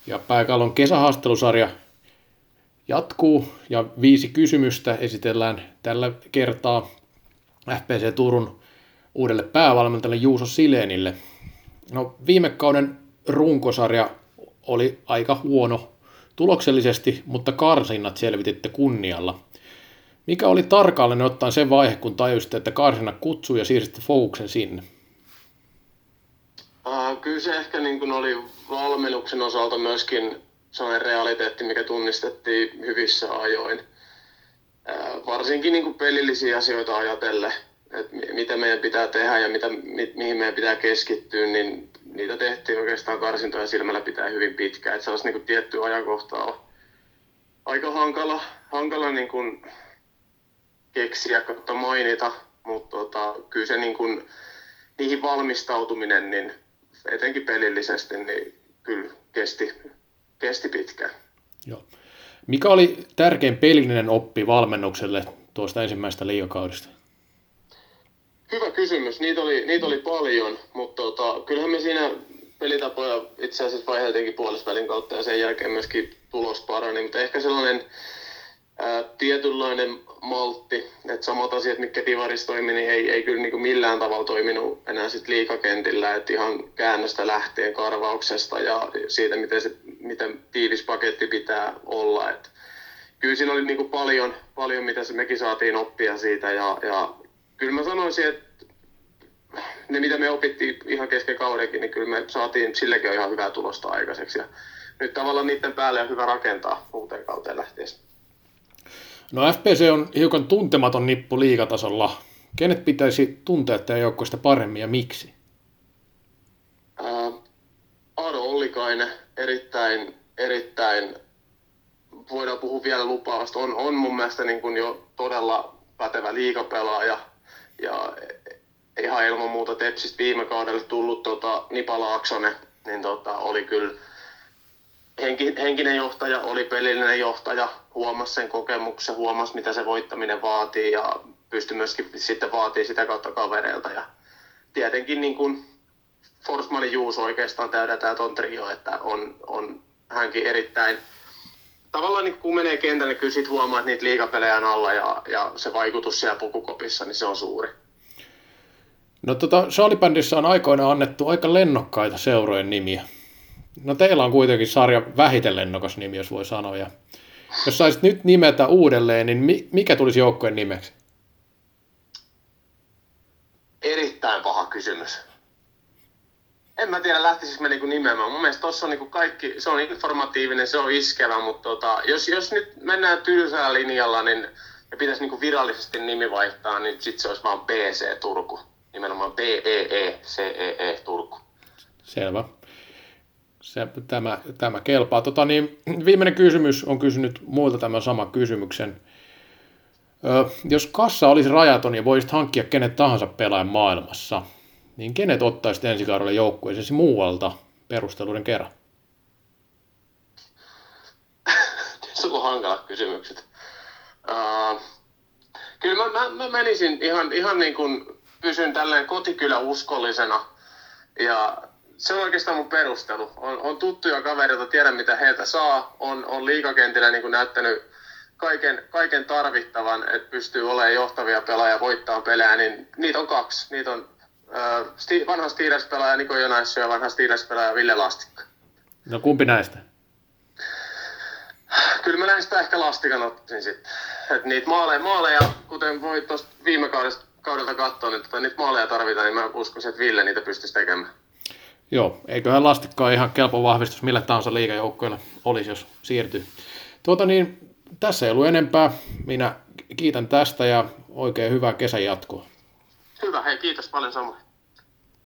Ja Pääkallon kesähaastattelusarja jatkuu ja 5 kysymystä esitellään tällä kertaa FPC Turun uudelle päävalmentajalle Juuso Silénille. No, viime kauden runkosarja oli aika huono tuloksellisesti, mutta karsinnat selvititte kunnialla. Mikä oli tarkalleen ottaen se vaihe, kun tajusitte, että karsinnat kutsuu ja siirsitte fokuksen sinne? Kyllä se ehkä niin kuin oli valmennuksen osalta myöskin sellainen realiteetti, mikä tunnistettiin hyvissä ajoin. Varsinkin niin kuin pelillisiä asioita ajatellen, että mitä meidän pitää tehdä ja mihin meidän pitää keskittyä, niin niitä tehtiin oikeastaan karsintoja silmällä pitää hyvin pitkään. Että sellaista niin kuin tiettyä ajankohtaa on aika hankala niin kuin keksiä kautta mainita, mutta kyllä se niin kuin, niihin valmistautuminen, niin etenkin pelillisesti, niin kyllä kesti pitkään. Joo. Mikä oli tärkein pelillinen oppi valmennukselle tuosta ensimmäisestä liigakaudesta? Hyvä kysymys. Niitä oli paljon, mutta kyllähän me siinä pelitapoja itse asiassa vaihdeltiinkin puolisvälin kautta ja sen jälkeen myöskin tulos parani, mutta ehkä sellainen tietynlainen maltti, että samat asiat, mitkä divarissa toimi, niin ei kyllä niin kuin millään tavalla toiminut enää sit liigakentillä, että ihan käännöstä lähtien karvauksesta ja siitä, miten tiivis paketti pitää olla. Et kyllä siinä oli niin kuin paljon, mitä mekin saatiin oppia siitä ja kyllä mä sanoisin, että ne mitä me opittiin ihan kesken kaudenkin, niin kyllä me saatiin silläkin ihan hyvää tulosta aikaiseksi ja nyt tavallaan niiden päälle on hyvä rakentaa uuteen kauteen lähtiessä. No, FPC on hiukan tuntematon nippu liigatasolla. Kenet pitäisi tuntea tämän joukkueesta paremmin ja miksi? Aado Ollikainen, erittäin, voidaan puhua vielä lupaavasta, on mun mielestä niin kuin jo todella pätevä liigapelaaja ja ihan ilman muuta Tepsistä viime kaudelle tullut Nipa Laaksonen, niin oli kyllä henkinen johtaja, oli pelillinen johtaja, huomasi sen kokemuksen, huomasi mitä se voittaminen vaatii ja pystyi myöskin sitten vaatii sitä kautta kavereilta. Ja tietenkin niin kuin Forsmanin Juuso oikeastaan täydätään ton trio, että on hänkin erittäin, tavallaan niin kun menee kentälle, niin kyllä sit huomaa, että niitä liigapelejä on alla ja se vaikutus siellä pukukopissa, niin se on suuri. No Salibändissä on aikoina annettu aika lennokkaita seurojen nimiä. No teillä on kuitenkin sarja vähiten lennokas nimi, jos voi sanoa. Ja jos saisit nyt nimetä uudelleen, niin mikä tulisi joukkojen nimeksi? Erittäin paha kysymys. En mä tiedä, lähtisikö me niinku nimeämään. Mun mielestä tossa on niinku kaikki, se on informatiivinen, se on iskevä, mutta jos nyt mennään tylsää linjalla, niin me pitäisi niinku virallisesti nimi vaihtaa, niin sit se olisi vaan BC Turku. Nimenomaan BEECEE Turku. Selvä. Tämä kelpaa. Viimeinen kysymys on kysynyt muilta tämän saman kysymyksen. Jos kassa olisi rajaton ja voisit hankkia kenet tahansa pelaajan maailmassa, niin kenet ottaisit ensi kaudelle joukkueeseesi muualta perusteluiden kerran? Sulla on hankalat kysymykset. Kyllä mä menisin ihan niin kuin pysyn tälleen kotikylä-uskollisena ja se on oikeastaan mun perustelu. On tuttuja kavereita, tiedän mitä heiltä saa. On liigakentillä niin kuin näyttänyt kaiken tarvittavan, että pystyy olemaan johtavia pelaajia, voittaa pelejä, niin niitä on 2. Niitä on vanha Steelers-pelaaja Niko Jonaissu ja vanha Steelers-pelaaja Ville Lastikka. No kumpi näistä? Kyllä mä näistä ehkä Lastikan ottaisin sitten. Että niitä maaleja, kuten voi tuosta viime kaudelta katsoa, niin niitä maaleja tarvitaan, niin mä uskoisin, että Ville niitä pystyisi tekemään. Joo, eiköhän Lastikkaa ihan kelpo vahvistus millä tahansa liigajoukkoilla olisi, jos siirtyy. Tässä ei ollut enempää. Minä kiitän tästä ja oikein hyvää kesän jatkoa. Hyvä, hei kiitos paljon samoin.